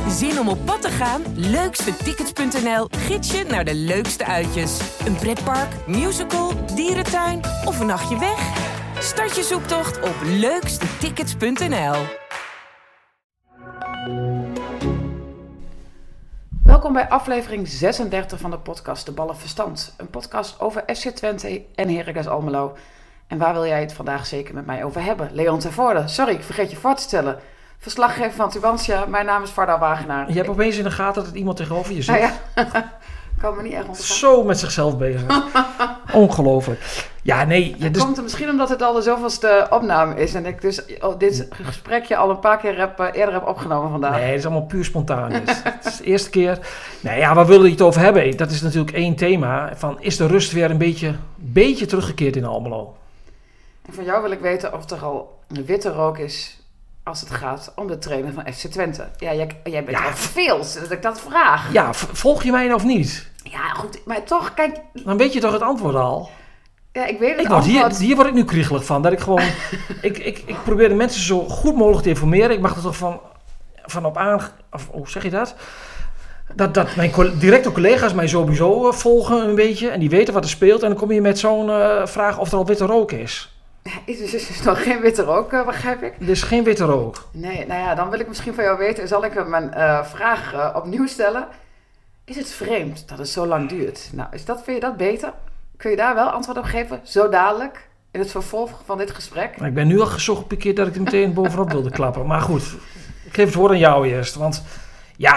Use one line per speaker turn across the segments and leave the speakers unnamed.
Zin om op pad te gaan? Leukstetickets.nl gids je naar de leukste uitjes. Een pretpark, musical, dierentuin of een nachtje weg? Start je zoektocht op leukstetickets.nl.
Welkom bij aflevering 36 van de podcast De Ballen Verstand. Een podcast over FC Twente en Heracles Almelo. En waar wil jij het vandaag zeker met mij over hebben? Leon Tervoorde. Sorry, ik vergeet je voor te stellen. Verslaggever van Tubantia. Mijn naam is Varda Wagenaar.
Je hebt opeens in de gaten dat iemand tegenover je zit.
Nou ja, kan me niet echt ontgaan.
Zo met zichzelf bezig. Ongelooflijk. Ja, nee.
Het komt er misschien omdat het al de zoveelste opname is. En ik dus dit gesprekje al een paar keer eerder heb opgenomen vandaag.
Nee, het is allemaal puur spontaan. Het is de eerste keer. Nou ja, waar wilde je het over hebben? Dat is natuurlijk één thema. Is de rust weer een beetje teruggekeerd in Almelo?
En van jou wil ik weten of er al een witte rook is als het gaat om de trainer van FC Twente. Ja, jij bent wel verveeld dat ik dat vraag.
Ja, volg je mij nou of niet?
Ja, goed, maar toch, kijk.
Dan weet je toch het antwoord al?
Ja, ik weet het antwoord.
Hier word ik nu kriegelig van. Dat ik gewoon... ik probeer de mensen zo goed mogelijk te informeren. Ik mag er toch van op aan... Of, hoe zeg je dat? Dat mijn directe collega's mij sowieso volgen een beetje. En die weten wat er speelt. En dan kom je met zo'n vraag of er al witte rook is.
Is er nog geen witte rook, begrijp ik?
Er is geen witte rook.
Nee, nou ja, dan wil ik misschien van jou weten. Zal ik mijn vraag opnieuw stellen? Is het vreemd dat het zo lang duurt? Nou, vind je dat beter? Kun je daar wel antwoord op geven? Zo dadelijk? In het vervolg van dit gesprek?
Nou, ik ben nu al gesoggepiqueerd dat ik er meteen bovenop wilde klappen. Maar goed, ik geef het woord aan jou eerst. Want ja,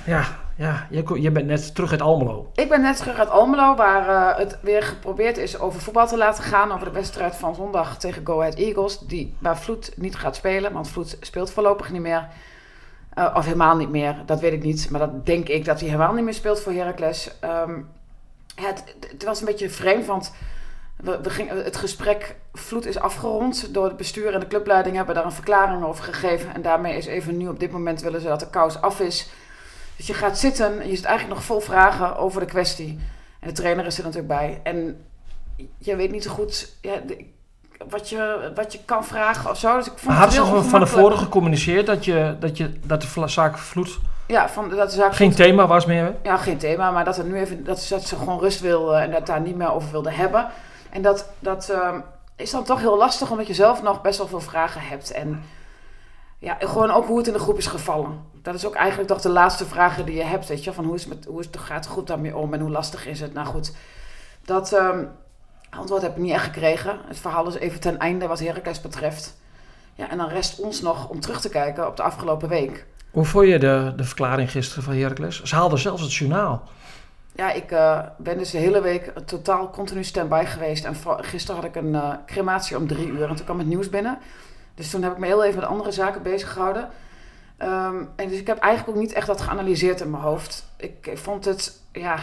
je bent net terug uit Almelo.
Ik ben net terug uit Almelo, waar het weer geprobeerd is over voetbal te laten gaan. Over de wedstrijd van zondag tegen Go Ahead Eagles. Waar Vloed niet gaat spelen, want Vloed speelt voorlopig niet meer. Of helemaal niet meer, dat weet ik niet. Maar dat denk ik dat hij helemaal niet meer speelt voor Heracles. Het was een beetje vreemd, want het gesprek Vloed is afgerond door het bestuur en de clubleiding hebben daar een verklaring over gegeven. En daarmee is even nu op dit moment willen ze dat de kous af is. Dus je gaat zitten en je zit eigenlijk nog vol vragen over de kwestie. En de trainer is er natuurlijk bij. En je weet niet zo goed wat je kan vragen of zo. Dus ik vond
hadden ze van tevoren gecommuniceerd dat de zaak Vloed...
Ja, dat de zaak
geen thema was meer?
Ja, geen thema, maar dat er nu even dat ze gewoon rust wil en dat daar niet meer over wilde hebben. En dat is dan toch heel lastig, omdat je zelf nog best wel veel vragen hebt. En ja, gewoon ook hoe het in de groep is gevallen. Dat is ook eigenlijk toch de laatste vragen die je hebt, weet je. Van gaat de groep daarmee om en hoe lastig is het? Nou goed, dat antwoord heb ik niet echt gekregen. Het verhaal is even ten einde wat Heracles betreft. Ja, en dan rest ons nog om terug te kijken op de afgelopen week.
Hoe vond je de verklaring gisteren van Heracles? Ze haalden zelfs het journaal.
Ja, ik ben dus de hele week totaal continu stand-by geweest. En gisteren had ik een crematie om 3 uur en toen kwam het nieuws binnen. Dus toen heb ik me heel even met andere zaken bezig gehouden. En dus ik heb eigenlijk ook niet echt dat geanalyseerd in mijn hoofd. Ik vond het, ja...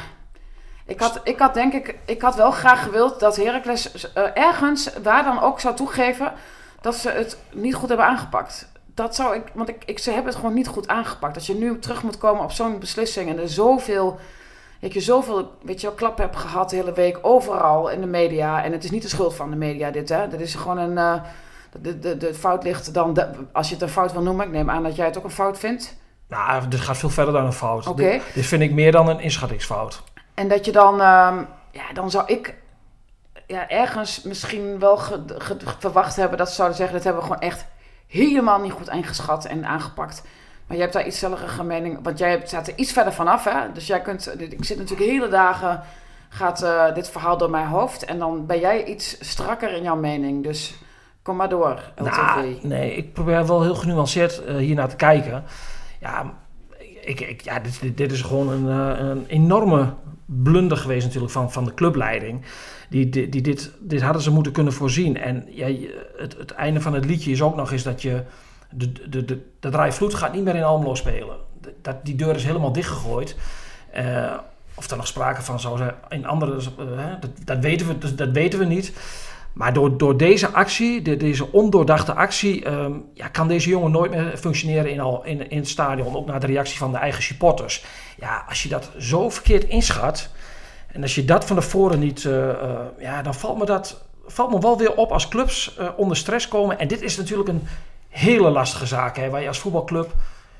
Ik had wel graag gewild dat Heracles ergens waar dan ook zou toegeven dat ze het niet goed hebben aangepakt. Dat zou ik, want ze hebben het gewoon niet goed aangepakt. Als je nu terug moet komen op zo'n beslissing en er zoveel klap hebt gehad de hele week overal in de media. En het is niet de schuld van de media dit, hè. Dat is gewoon de fout ligt dan, als je het een fout wil noemen. Ik neem aan dat jij het ook een fout vindt.
Nou, dit gaat veel verder dan een fout.
Okay.
Dit vind ik meer dan een inschattingsfout.
En dat je dan, dan zou ik ergens misschien wel verwacht hebben dat ze zouden zeggen, dat hebben we gewoon echt helemaal niet goed ingeschat en aangepakt. Maar jij hebt daar iets stellige mening, want jij staat er iets verder vanaf, hè? Dus ik zit natuurlijk hele dagen, gaat dit verhaal door mijn hoofd en dan ben jij iets strakker in jouw mening. Dus kom maar door, LTV.
Nou, nee, ik probeer wel heel genuanceerd hiernaar te kijken. Ja, dit is gewoon een enorme blunder geweest natuurlijk van de clubleiding. Dit hadden ze moeten kunnen voorzien. En het einde van het liedje is ook nog eens dat je... De Draai Vloed gaat niet meer in Almelo spelen. Die deur is helemaal dichtgegooid. Of er nog sprake van zou zijn in andere... dat weten we niet. Maar door deze actie, deze ondoordachte actie... kan deze jongen nooit meer functioneren in het stadion. Ook naar de reactie van de eigen supporters. Ja, als je dat zo verkeerd inschat... en als je dat van tevoren niet... dan valt me wel weer op als clubs onder stress komen. En dit is natuurlijk een hele lastige zaak. Hè, waar je als voetbalclub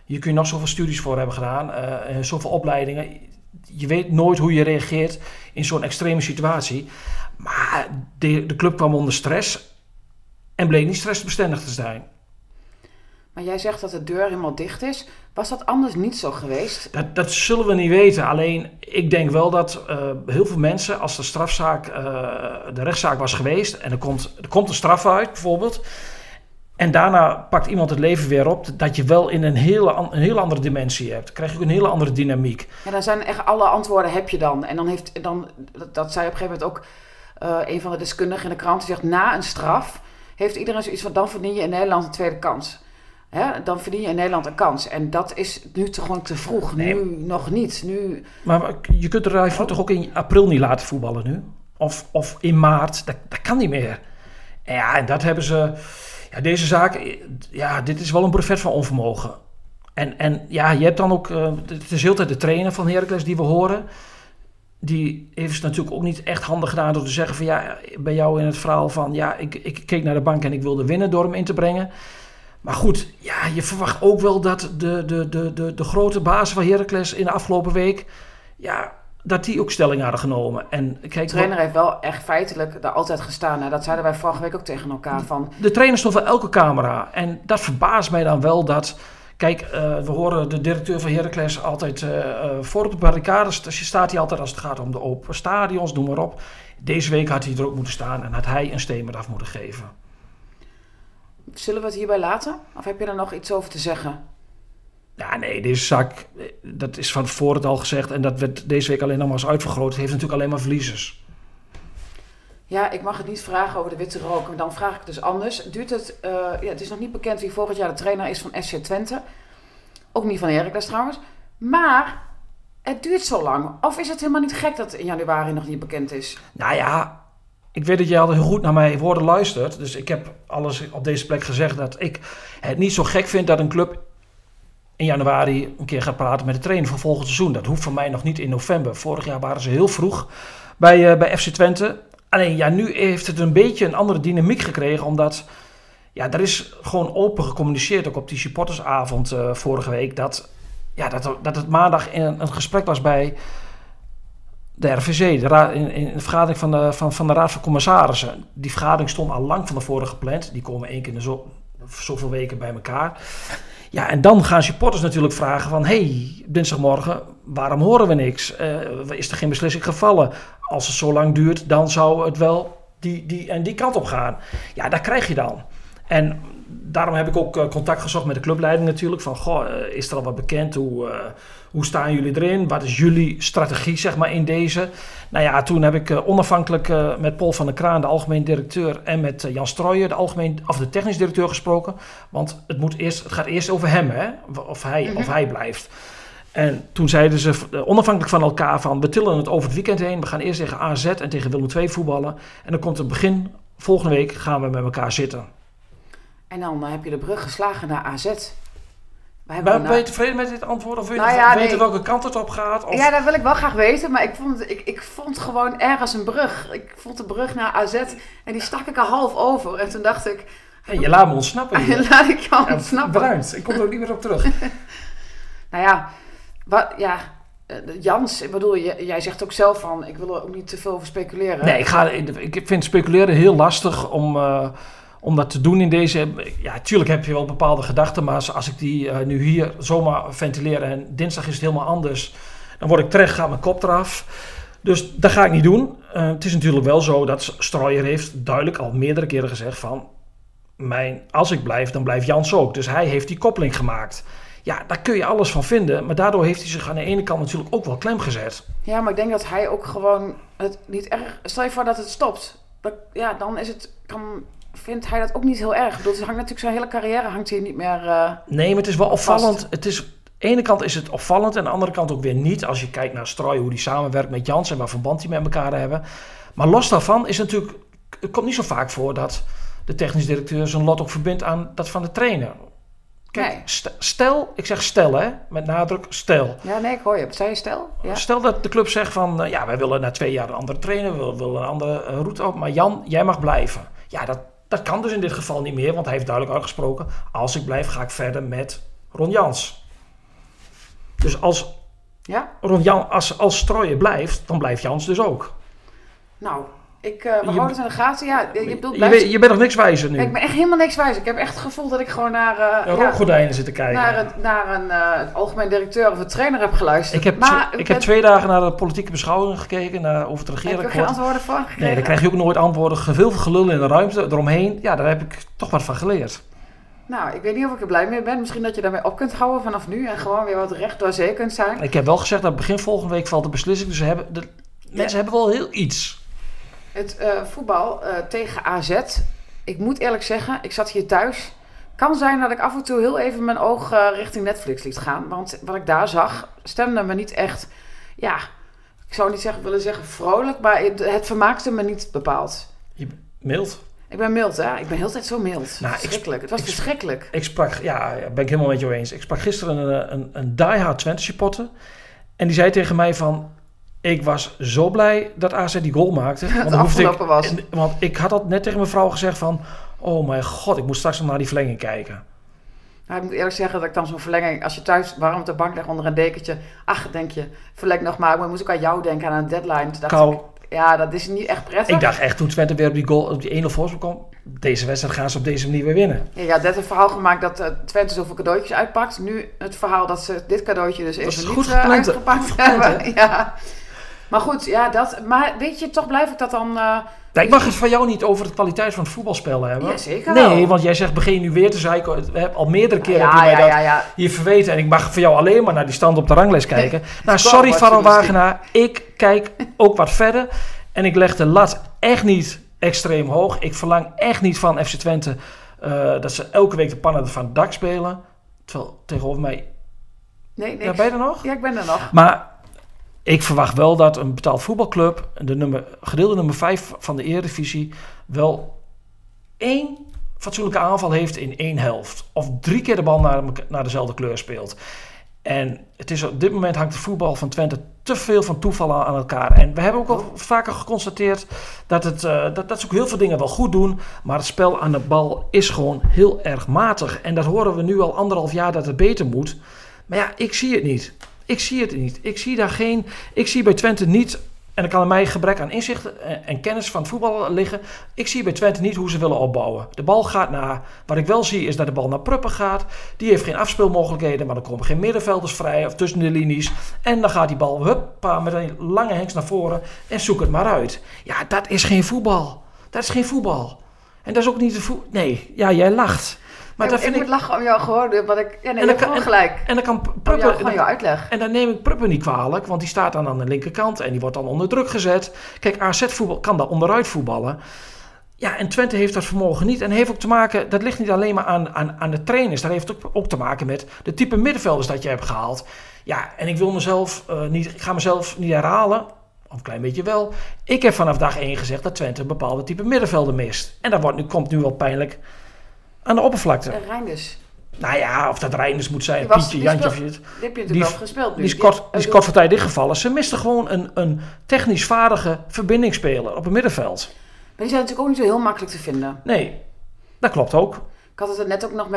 Hier kun je nog zoveel studies voor hebben gedaan, zoveel opleidingen. Je weet nooit hoe je reageert in zo'n extreme situatie. Maar de club kwam onder stress en bleek niet stressbestendig te zijn.
Maar jij zegt dat de deur helemaal dicht is. Was dat anders niet zo geweest?
Dat zullen we niet weten. Alleen, ik denk wel dat heel veel mensen, als de strafzaak, de rechtszaak was geweest en er komt een straf uit bijvoorbeeld, en daarna pakt iemand het leven weer op, dat je wel in een hele andere dimensie hebt. Dan krijg je ook een hele andere dynamiek.
Ja, dan zijn echt alle antwoorden heb je dan. En dat zei op een gegeven moment ook een van de deskundigen in de krant, die zegt, na een straf heeft iedereen zoiets van, dan verdien je in Nederland een tweede kans. Hè? Dan verdien je in Nederland een kans. En dat is nu toch gewoon te vroeg.
Nee.
Nu nog niet. Nu...
Maar je kunt de Rijf toch ook in april niet laten voetballen nu? Of in maart? Dat kan niet meer. En dat hebben ze... Ja, deze zaak... Ja, dit is wel een brevet van onvermogen. En ja, je hebt dan ook... het is heel tijd de trainer van Heracles die we horen. Die heeft het natuurlijk ook niet echt handig gedaan door te zeggen van... Ja, bij jou in het verhaal van... Ja, ik keek naar de bank en ik wilde winnen door hem in te brengen. Maar goed, ja, je verwacht ook wel dat de grote bazen van Heracles in de afgelopen week... Ja, dat die ook stelling hadden genomen. En kijk,
de trainer heeft wel echt feitelijk daar altijd gestaan. Hè? Dat zeiden wij vorige week ook tegen elkaar. Van...
De trainer stond voor elke camera. En dat verbaast mij dan wel dat... Kijk, we horen de directeur van Heracles altijd voor op de barricades. Dus je staat hier altijd als het gaat om de open stadions, noem maar op. Deze week had hij er ook moeten staan en had hij een statement af moeten geven.
Zullen we het hierbij laten? Of heb je er nog iets over te zeggen?
Ja, nee, deze zaak, dat is van tevoren al gezegd... en dat werd deze week alleen nog maar eens uitvergroot. Het heeft natuurlijk alleen maar verliezers.
Ja, ik mag het niet vragen over de witte rook. Maar dan vraag ik dus anders. Duurt het... het is nog niet bekend wie volgend jaar de trainer is van SC Twente. Ook niet van Heracles trouwens. Maar het duurt zo lang. Of is het helemaal niet gek dat het in januari nog niet bekend is?
Nou ja, ik weet dat jij al heel goed naar mijn woorden luistert. Dus ik heb alles op deze plek gezegd dat ik het niet zo gek vind dat een club in januari een keer gaat praten met de trainer voor volgend seizoen. Dat hoeft voor mij nog niet in november. Vorig jaar waren ze heel vroeg bij FC Twente. Alleen ja, nu heeft het een beetje een andere dynamiek gekregen, omdat ja, er is gewoon open gecommuniceerd, ook op die supportersavond vorige week, dat het maandag een gesprek was bij de RVC, in de vergadering van de Raad van Commissarissen. Die vergadering stond al lang van tevoren gepland. Die komen één keer in zoveel weken bij elkaar. Ja, en dan gaan supporters natuurlijk vragen van... hey, dinsdagmorgen, waarom horen we niks? Is er geen beslissing gevallen? Als het zo lang duurt, dan zou het wel die kant op gaan. Ja, daar krijg je dan. En daarom heb ik ook contact gezocht met de clubleiding natuurlijk. Van, goh, is er al wat bekend? Hoe staan jullie erin? Wat is jullie strategie, zeg maar, in deze? Nou ja, toen heb ik onafhankelijk met Paul van der Kraan, de algemeen directeur... en met Jan Strooijer, de technisch directeur, gesproken. Want het gaat eerst over hem, hè? Of hij blijft. En toen zeiden ze onafhankelijk van elkaar van... we tillen het over het weekend heen. We gaan eerst tegen AZ en tegen Willem II voetballen. En dan komt het begin, volgende week gaan we met elkaar zitten.
En dan heb je de brug geslagen naar AZ.
Ben je tevreden met dit antwoord? Of wil je weten welke kant het op gaat? Of...
Ja, dat wil ik wel graag weten. Maar ik vond gewoon ergens een brug. Ik vond de brug naar AZ en die stak ik er half over. En toen dacht ik...
Hey, je laat me ontsnappen.
Laat ik jou ontsnappen.
Bedankt, ik kom er ook niet meer op terug.
Nou ja, Jans, ik bedoel, jij zegt ook zelf van... ik wil er ook niet te veel over speculeren.
Nee, ik vind speculeren heel lastig om dat te doen in deze... Ja, tuurlijk heb je wel bepaalde gedachten... maar als ik die nu hier zomaar ventileer... en dinsdag is het helemaal anders... dan word ik terecht, gaat mijn kop eraf. Dus dat ga ik niet doen. Het is natuurlijk wel zo dat Strooijer heeft duidelijk al meerdere keren gezegd van... als ik blijf, dan blijft Jans ook. Dus hij heeft die koppeling gemaakt. Ja, daar kun je alles van vinden. Maar daardoor heeft hij zich aan de ene kant natuurlijk ook wel klem gezet.
Ja, maar ik denk dat hij ook gewoon het niet erg... Stel je voor dat het stopt. Dan is het... Vindt hij dat ook niet heel erg? Het hangt natuurlijk zijn hele carrière hangt hier niet meer.
Nee, maar het is wel opvallend. Aan de ene kant is het opvallend en aan de andere kant ook weer niet. Als je kijkt naar Strooijer, hoe die samenwerkt met Jans en waar verband die met elkaar hebben. Maar los daarvan is natuurlijk... Het komt niet zo vaak voor dat de technisch directeur zijn lot ook verbindt aan dat van de trainer. Kijk, nee. Stel, ik zeg stel hè, met nadruk stel.
Ja, nee, ik hoor je. Zei je stel? Ja.
Stel dat de club zegt van, wij willen na 2 jaar een andere trainer, we willen een andere route op, maar Jan, jij mag blijven. Ja, dat kan dus in dit geval niet meer, want hij heeft duidelijk uitgesproken, als ik blijf ga ik verder met Ron Jans. Dus als
Ja?
rond Jan, als Strooijen blijft, dan blijft Jans dus ook.
Nou, we houden het in de gaten. Ja, je bedoelt,
Je bent nog niks wijzer nu.
Ik ben echt helemaal niks wijs. Ik heb echt het gevoel dat ik gewoon naar
rookgordijnen zitten kijken.
naar een algemeen directeur of een trainer heb geluisterd.
Ik heb 2 dagen naar de politieke beschouwingen gekeken, over het regeerakkoord.
Heb je er geen antwoorden van gekregen?
Nee, daar krijg je ook nooit antwoorden. Veel gelul in de ruimte eromheen. Ja, daar heb ik toch wat van geleerd.
Nou, ik weet niet of ik er blij mee ben. Misschien dat je daarmee op kunt houden vanaf nu en gewoon weer wat recht door zee kunt zijn.
Ik heb wel gezegd dat begin volgende week valt de beslissing. Dus mensen hebben wel heel iets.
Het voetbal tegen AZ. Ik moet eerlijk zeggen, ik zat hier thuis. Kan zijn dat ik af en toe heel even mijn oog richting Netflix liet gaan. Want wat ik daar zag, stemde me niet echt... Ja, ik zou niet willen zeggen vrolijk, maar het vermaakte me niet bepaald.
Je bent mild.
Ik ben mild, hè? Ik ben heel tijd zo mild.
Nou,
verschrikkelijk. Het was verschrikkelijk.
Ben ik helemaal met jou eens. Ik sprak gisteren een diehard Twente supporter. En die zei tegen mij van... Ik was zo blij dat AZ die goal maakte.
Het afgelopen was.
Want ik had dat net tegen mijn vrouw gezegd van... Oh mijn god, ik moet straks nog naar die verlenging kijken.
Nou, ik moet eerlijk zeggen dat ik dan zo'n verlenging... Als je thuis warm op de bank ligt onder een dekentje... Ach, denk je, verleng nog maar. Maar ik moest ook aan jou denken, aan een deadline.
Kou.
Ja, dat is niet echt prettig.
Ik dacht echt toen Twente weer op die 1-0 voorsprong kwam... Deze wedstrijd gaan ze op deze manier weer winnen.
Ja, net een verhaal gemaakt dat Twente zoveel cadeautjes uitpakt. Nu het verhaal dat ze dit cadeautje dus even niet uitgepakt hebben. Ja. Maar goed, maar weet je, toch blijf ik dat dan...
Ik mag het van jou niet over de kwaliteit van het voetbalspel hebben.
Ja, zeker wel.
Nee, want jij zegt, begin je nu weer te zeiken. We hebben al meerdere keren heb je mij dat hier verweten. En ik mag van jou alleen maar naar die stand op de ranglijst kijken. Nou, sorry Varro Wagenaar. Ik kijk ook wat verder. En ik leg de lat echt niet extreem hoog. Ik verlang echt niet van FC Twente dat ze elke week de pannen van het dak spelen. Terwijl tegenover mij...
Nee,
ben je er nog?
Ja, ik ben er nog.
Maar... Ik verwacht wel dat een betaald voetbalclub, gedeelde nummer 5 van de Eredivisie, wel 1 fatsoenlijke aanval heeft in 1 helft. Of 3 keer de bal naar dezelfde kleur speelt. En het is op dit moment hangt het voetbal van Twente te veel van toeval aan elkaar. En we hebben ook al vaker geconstateerd dat ze ook heel veel dingen wel goed doen. Maar het spel aan de bal is gewoon heel erg matig. En dat horen we nu al 1,5 jaar dat het beter moet. Maar ja, ik zie het niet. Ik zie bij Twente niet, en dan kan er mij gebrek aan inzicht en kennis van het voetbal liggen. Ik zie bij Twente niet hoe ze willen opbouwen. De bal gaat naar, wat ik wel zie is dat de bal naar Pruppen gaat. Die heeft geen afspeelmogelijkheden, maar er komen geen middenvelders vrij of tussen de linies. En dan gaat die bal met een lange hengst naar voren en zoek het maar uit. Ja, dat is geen voetbal. En dat is ook niet de voetbal. Nee, ja, jij lacht. Maar
ik moet lachen om jou gewoon, want je hebt gewoon gelijk.
En dan kan
Pruppen gewoon jouw uitleg.
En dan neem ik Pruppen niet kwalijk, want die staat dan aan de linkerkant en die wordt dan onder druk gezet. Kijk, AZ-voetbal kan daar onderuit voetballen. Ja, en Twente heeft dat vermogen niet. En heeft ook te maken, dat ligt niet alleen maar aan de trainers. Dat heeft ook te maken met de type middenvelders dat je hebt gehaald. Ja, en ik ga mezelf niet herhalen. Of een klein beetje wel. Ik heb vanaf dag 1 gezegd dat Twente een bepaalde type middenvelder mist. En dat komt nu wel pijnlijk aan de oppervlakte.
Reinders.
Nou ja, of dat Reinders moet zijn, Pietje, Jantje of je het.
Die heb je natuurlijk wel gespeeld nu.
Die is kort van tijd dichtgevallen. Ze misten gewoon een technisch vaardige verbindingsspeler op het middenveld.
Maar die zijn natuurlijk ook niet zo heel makkelijk te vinden.
Nee, dat klopt ook.
Ik had het er net ook nog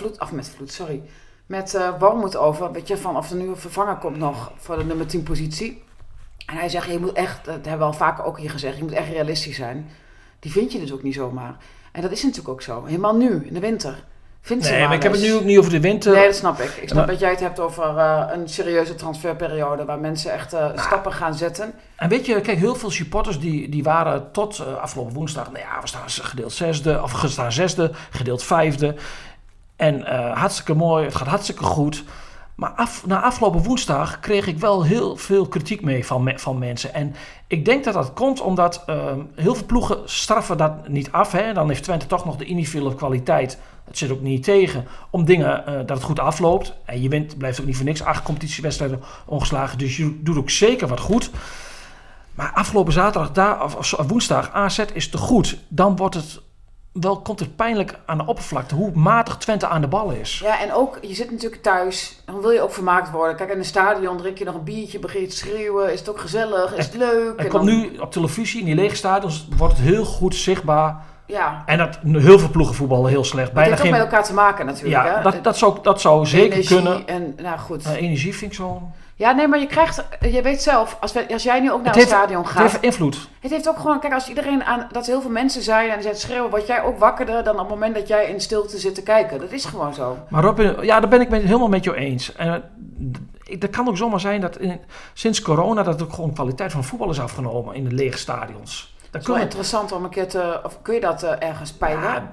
met Wormoed over. Weet je, van of er nu een vervanger komt nog voor de nummer 10 positie. En hij zegt, je moet echt, dat hebben we al vaker ook hier gezegd, je moet echt realistisch zijn. Die vind je dus ook niet zomaar. En dat is natuurlijk ook zo. Helemaal nu, in de winter. Maar
ik heb het nu ook niet over de winter.
Nee, dat snap ik. Ik snap dat jij het hebt over een serieuze transferperiode waar mensen echt stappen gaan zetten.
En weet je, kijk, heel veel supporters die waren tot afgelopen woensdag, we staan gedeeld 6e, of we staan 6e, gedeeld 5e. En hartstikke mooi, het gaat hartstikke goed. Maar na afgelopen woensdag kreeg ik wel heel veel kritiek mee van mensen. En ik denk dat dat komt omdat heel veel ploegen straffen dat niet af. Hè? Dan heeft Twente toch nog de individuele kwaliteit. Dat zit ook niet tegen. Om dingen dat het goed afloopt. En je wint, blijft ook niet voor niks. 8 competitiewedstrijden ongeslagen. Dus je doet ook zeker wat goed. Maar afgelopen zaterdag, of woensdag, AZ is te goed. Dan komt het pijnlijk aan de oppervlakte hoe matig Twente aan de bal is.
Ja, en ook, je zit natuurlijk thuis, dan wil je ook vermaakt worden. Kijk, in een stadion drink je nog een biertje, begin je te schreeuwen, is het ook gezellig, is het leuk.
En komt nu op televisie, in die lege stadions, wordt het heel goed zichtbaar
Ja.
En dat heel veel ploegen voetballen heel slecht.
Het heeft ook met elkaar te maken natuurlijk.
Ja,
hè?
dat zou zeker
energie
kunnen.
En, nou goed.
Energie vind ik zo...
Ja, nee, maar je weet zelf, als jij nu ook naar het stadion gaat...
Het heeft invloed.
Het heeft ook gewoon, kijk, als iedereen dat er heel veel mensen zijn en die zijn schreeuwen, word jij ook wakkerder dan op het moment dat jij in stilte zit te kijken. Dat is gewoon zo.
Maar Robin, ja, daar ben ik helemaal met jou eens. Dat kan ook zomaar zijn dat sinds corona dat ook gewoon kwaliteit van voetbal is afgenomen in de lege stadions.
Dat is wel interessant om een keer of kun je dat ergens peilen?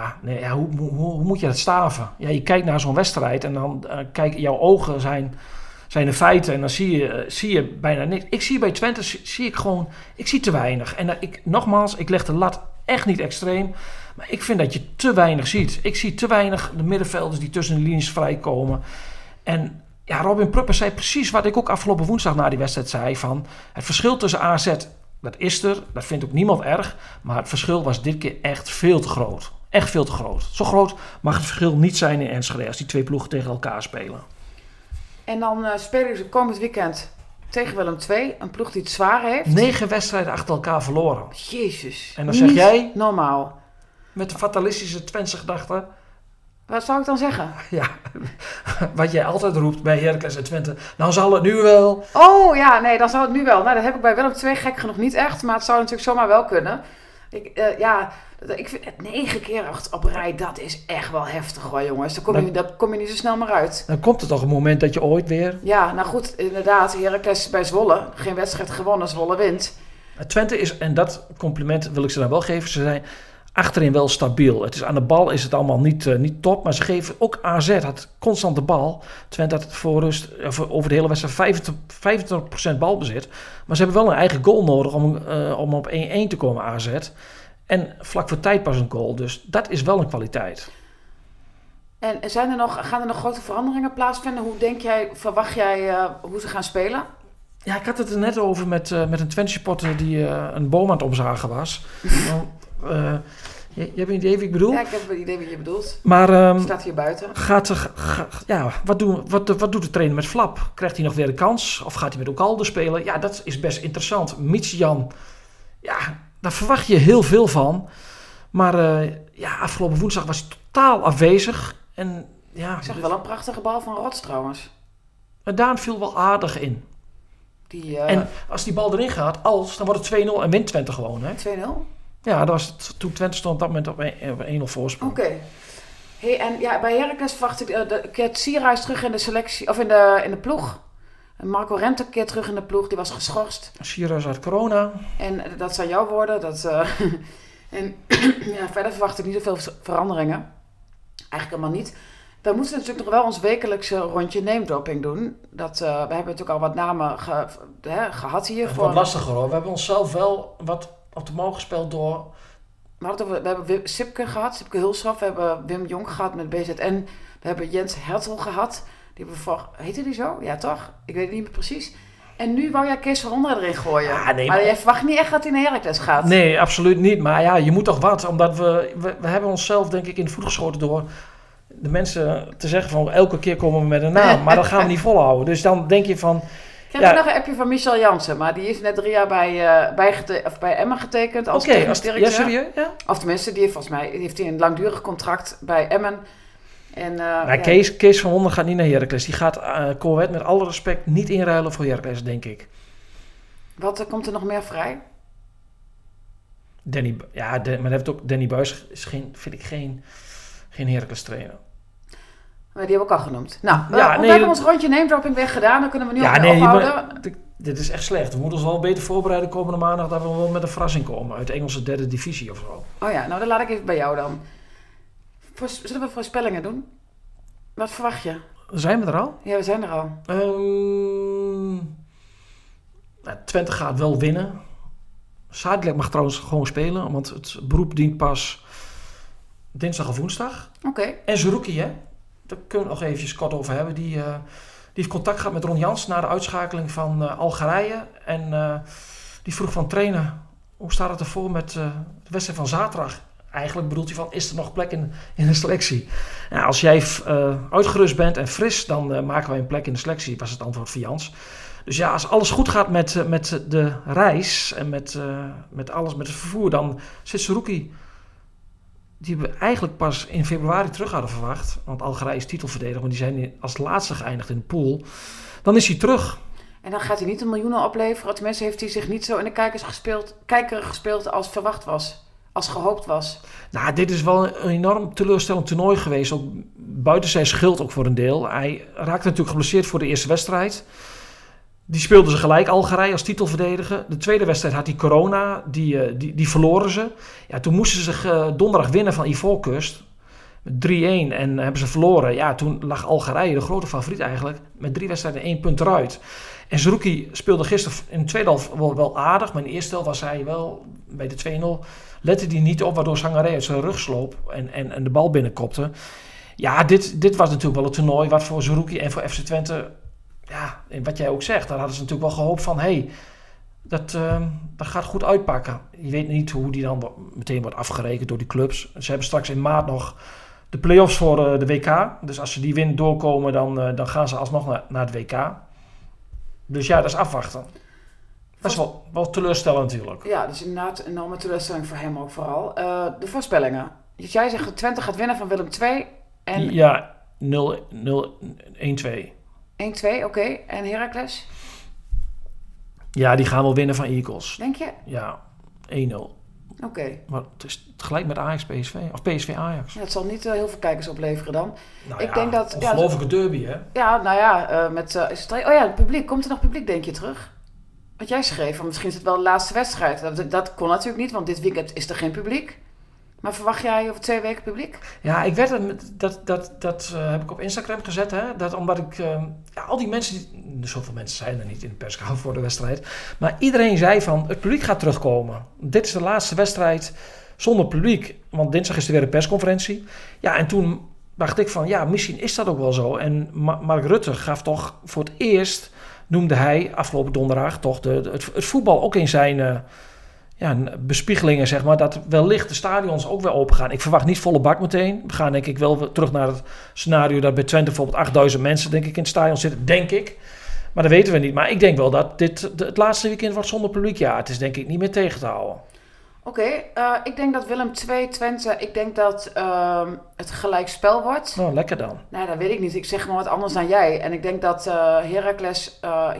Hoe moet je dat staven? Ja, je kijkt naar zo'n wedstrijd en dan jouw ogen zijn de feiten en dan zie je bijna niks. Ik zie bij Twente ik zie te weinig. En ik leg de lat echt niet extreem, maar ik vind dat je te weinig ziet. Ik zie te weinig de middenvelders die tussen de linies vrijkomen. En ja, Robin Pruppen zei precies wat ik ook afgelopen woensdag na die wedstrijd zei, van het verschil tussen AZ, dat is er, dat vindt ook niemand erg, maar het verschil was dit keer echt veel te groot. Echt veel te groot. Zo groot mag het verschil niet zijn in Enschede als die twee ploegen tegen elkaar spelen.
En dan spelen ze komend weekend tegen Willem II, een ploeg die het zwaar heeft.
9 wedstrijden achter elkaar verloren.
Jezus.
En dan zeg jij,
normaal.
Met de fatalistische Twentse gedachte.
Wat zou ik dan zeggen?
Ja, wat jij altijd roept bij Heracles en Twente. Nou zal het nu wel.
Oh ja, nee, dan zal het nu wel. Nou, dat heb ik bij Willem II gek genoeg niet echt. Maar het zou natuurlijk zomaar wel kunnen. Ik vind het 9 keer op rij, dat is echt wel heftig hoor jongens. Daar kom je niet zo snel maar uit.
Dan komt er toch een moment dat je ooit weer...
Ja, nou goed, inderdaad. Heracles bij Zwolle. Geen wedstrijd gewonnen, Zwolle wint.
Twente is, en dat compliment wil ik ze dan wel geven, ze zijn achterin wel stabiel. Het is aan de bal is het allemaal niet top, maar ze geven ook AZ had constant de bal. Twente had het voor rust over de hele wedstrijd 25% balbezit, maar ze hebben wel een eigen goal nodig om op 1-1 te komen AZ. En vlak voor tijd pas een goal, dus dat is wel een kwaliteit.
En gaan er nog grote veranderingen plaatsvinden? Verwacht jij hoe ze gaan spelen?
Ja, ik had het er net over met een Twente-supporter die een boom aan het omzagen was. Je hebt een idee wie ik bedoel?
Ja, ik heb een idee wie je bedoelt.
Maar
staat hier buiten.
Wat doet de trainer met Flap? Krijgt hij nog weer een kans? Of gaat hij met Oekalde spelen? Ja, dat is best interessant. Michijan, ja, daar verwacht je heel veel van. Maar afgelopen woensdag was hij totaal afwezig. En, ja,
ik zag wel een prachtige bal van Rots trouwens.
Daan viel wel aardig in. En als die bal erin gaat, dan wordt het 2-0 en wint Twente gewoon. Hè?
2-0?
Ja, dat was het, toen Twente stond op dat moment op 1-0 voorsprong.
Oké. Hey, en ja, bij Heracles verwacht ik keert Sierhuis terug in de selectie, of in de ploeg. En Marco Rente keert terug in de ploeg, die was geschorst.
Sierhuis uit corona.
En dat zijn jouw woorden. En verder verwacht ik niet zoveel veranderingen. Eigenlijk helemaal niet. We moeten natuurlijk nog wel ons wekelijkse rondje name-dropping doen. We hebben natuurlijk al wat namen gehad hier.
Het wordt lastiger hoor. We hebben onszelf wel wat op de mouw gespeeld door...
We hebben Sipke gehad, Sipke Hulshoff. We hebben Wim Jong gehad met BZN. We hebben Jens Hertel gehad. Heette die zo? Ja, toch? Ik weet het niet meer precies. En nu wou jij Kees van Wonderen erin gooien. Ja, nee, maar je verwacht niet echt dat hij naar Heracles gaat.
Nee, absoluut niet. Maar ja, je moet toch wat. Omdat we hebben onszelf denk ik in de voet geschoten door de mensen te zeggen van elke keer komen we met een naam. Maar dat gaan we niet volhouden. Dus dan denk je van...
Ik heb nog een appje van Michel Jansen, maar die is net 3 jaar bij Emmen getekend als technisch directeur.
Ja, serieus? Ja?
Of tenminste, volgens mij heeft hij een langdurig contract bij Emmen. En,
Kees van Wonderen gaat niet naar Heracles. Die gaat Corwet met alle respect niet inruilen voor Heracles, denk ik.
Wat komt er nog meer vrij?
Maar heeft ook Danny Buijs vind ik geen Heracles trainer.
Maar die heb ik al genoemd. Nou, we hebben ons rondje name-dropping weer gedaan. Dan kunnen we nu ophouden.
Dit is echt slecht. We moeten ons wel beter voorbereiden komende maandag dat we wel met een verrassing komen uit de Engelse 3e divisie of zo.
Oh ja, nou dan laat ik even bij jou dan. Zullen we voorspellingen doen? Wat verwacht je?
Zijn we er al?
Ja, we zijn er al.
Twente gaat wel winnen. Sadilek mag trouwens gewoon spelen, want het beroep dient pas dinsdag of woensdag.
Oké.
En Zerouki, hè? Daar kunnen we nog eventjes kort over hebben. Die heeft contact gehad met Ron Jans na de uitschakeling van Algerije. En die vroeg van trainer, hoe staat het ervoor met de wedstrijd van zaterdag? Eigenlijk bedoelt hij van, is er nog plek in de selectie? Nou, als jij uitgerust bent en fris, dan maken wij een plek in de selectie, was het antwoord van Jans. Dus ja, als alles goed gaat met de reis en met alles, met het vervoer, dan zit Zerouki die we eigenlijk pas in februari terug hadden verwacht. Want Algerije is titelverdediger, maar die zijn als laatste geëindigd in de pool. Dan is hij terug.
En dan gaat hij niet de miljoenen opleveren. Tenminste heeft hij zich niet zo in de kijker gespeeld als verwacht was. Als gehoopt was.
Nou, dit is wel een enorm teleurstellend toernooi geweest. Ook buiten zijn schuld ook voor een deel. Hij raakte natuurlijk geblesseerd voor de eerste wedstrijd. Die speelden ze gelijk, Algerije, als titelverdediger. De tweede wedstrijd had hij corona. Die verloren ze. Ja, toen moesten ze donderdag winnen van Ivoorkust. Met 3-1 en hebben ze verloren. Ja, toen lag Algerije, de grote favoriet eigenlijk, met 3 wedstrijden 1 punt eruit. En Zerouki speelde gisteren in de tweede helft wel aardig. Maar in de eerste helft was hij wel bij de 2-0. Lette hij niet op, waardoor Sangaré uit zijn rug sloop en de bal binnenkopte. Ja, dit was natuurlijk wel een toernooi wat voor Zerouki en voor FC Twente... Ja, en wat jij ook zegt, daar hadden ze natuurlijk wel gehoopt van... dat gaat goed uitpakken. Je weet niet hoe die dan meteen wordt afgerekend door die clubs. Ze hebben straks in maart nog de play-offs voor de WK. Dus als ze die winnen doorkomen, dan gaan ze alsnog naar het WK. Dus ja, dat is afwachten. Dat is wel teleurstellend natuurlijk.
Ja, dat is inderdaad een enorme teleurstelling voor hem ook vooral. De voorspellingen. Dus jij zegt dat Twente gaat winnen van Willem II. En...
Ja, 1-2.
1-2, oké. En Heracles?
Ja, die gaan wel winnen van Eagles.
Denk je?
Ja, 1-0.
Oké.
Maar het is gelijk met Ajax PSV. Of PSV Ajax.
Ja, het zal niet heel veel kijkers opleveren dan.
Nou
ik denk dat...
ongelofelijke derby, hè?
Ja, nou ja, het publiek. Komt er nog publiek, denk je, terug? Wat jij schreef, want misschien is het wel de laatste wedstrijd. Dat kon natuurlijk niet, want dit weekend is er geen publiek. Maar verwacht jij over 2 weken publiek?
Ja, ik weet dat heb ik op Instagram gezet. Hè? Dat omdat ik... al die mensen... Zoveel mensen zijn er niet in de perskamer voor de wedstrijd. Maar iedereen zei van... Het publiek gaat terugkomen. Dit is de laatste wedstrijd zonder publiek. Want dinsdag is er weer een persconferentie. Ja, en toen dacht ik van... Ja, misschien is dat ook wel zo. En Mark Rutte gaf toch voor het eerst... Noemde hij afgelopen donderdag toch het voetbal ook in zijn... bespiegelingen, zeg maar, dat wellicht de stadions ook weer open gaan. Ik verwacht niet volle bak meteen. We gaan denk ik wel terug naar het scenario dat bij Twente bijvoorbeeld 8000 mensen denk ik in het stadion zitten, denk ik. Maar dat weten we niet. Maar ik denk wel dat dit het laatste weekend wordt zonder publiek. Ja, het is denk ik niet meer tegen te houden.
Oké, ik denk dat Willem II, Twente, ik denk dat het gelijkspel wordt.
Nou, lekker dan.
Nee, dat weet ik niet. Ik zeg maar wat anders dan jij. En ik denk dat Heracles,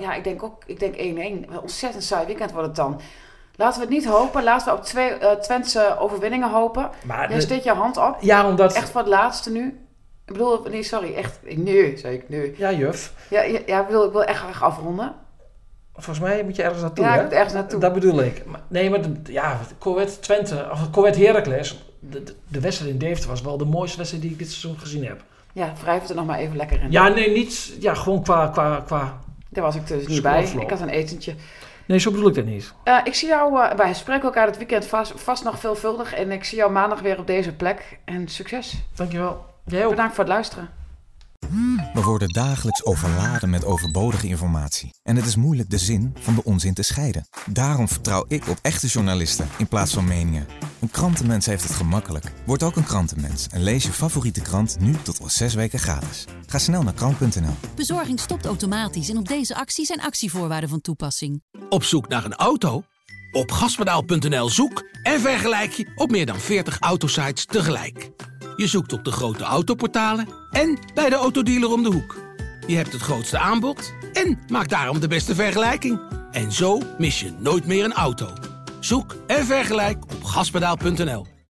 ik denk 1-1. Een ontzettend saai weekend wordt het dan. Laten we het niet hopen. Laten we op 2 Twentse overwinningen hopen. Maar jij steekt je hand op.
Ja, omdat...
Echt voor het laatste nu. Ik bedoel, nee, sorry. Echt, nu, zei ik nu.
Ja, juf.
Ja, ik wil echt graag afronden.
Volgens mij moet je ergens naartoe,
hè?
Ja,
ik moet ergens naartoe.
Dat bedoel ik. Maar Corvette Twente, of Corvette Heracles, de wedstrijd in Deventer was wel de mooiste wedstrijd die ik dit seizoen gezien heb.
Ja, wrijf het er nog maar even lekker in.
Ja, nee, niet... Ja, gewoon qua
daar was ik dus niet bij. Ik had een etentje.
Nee, zo bedoel ik dat niet.
Ik zie jou, wij spreken elkaar het weekend vast nog veelvuldig. En ik zie jou maandag weer op deze plek. En succes.
Dankjewel. Jij ook.
Bedankt voor het luisteren.
We worden dagelijks overladen met overbodige informatie. En het is moeilijk de zin van de onzin te scheiden. Daarom vertrouw ik op echte journalisten in plaats van meningen. Een krantenmens heeft het gemakkelijk. Word ook een krantenmens en lees je favoriete krant nu tot al 6 weken gratis. Ga snel naar krant.nl.
Bezorging stopt automatisch en op deze actie zijn actievoorwaarden van toepassing.
Op zoek naar een auto? Op gaspedaal.nl zoek en vergelijk je op meer dan 40 autosites tegelijk. Je zoekt op de grote autoportalen en bij de autodealer om de hoek. Je hebt het grootste aanbod en maakt daarom de beste vergelijking. En zo mis je nooit meer een auto. Zoek en vergelijk op gaspedaal.nl.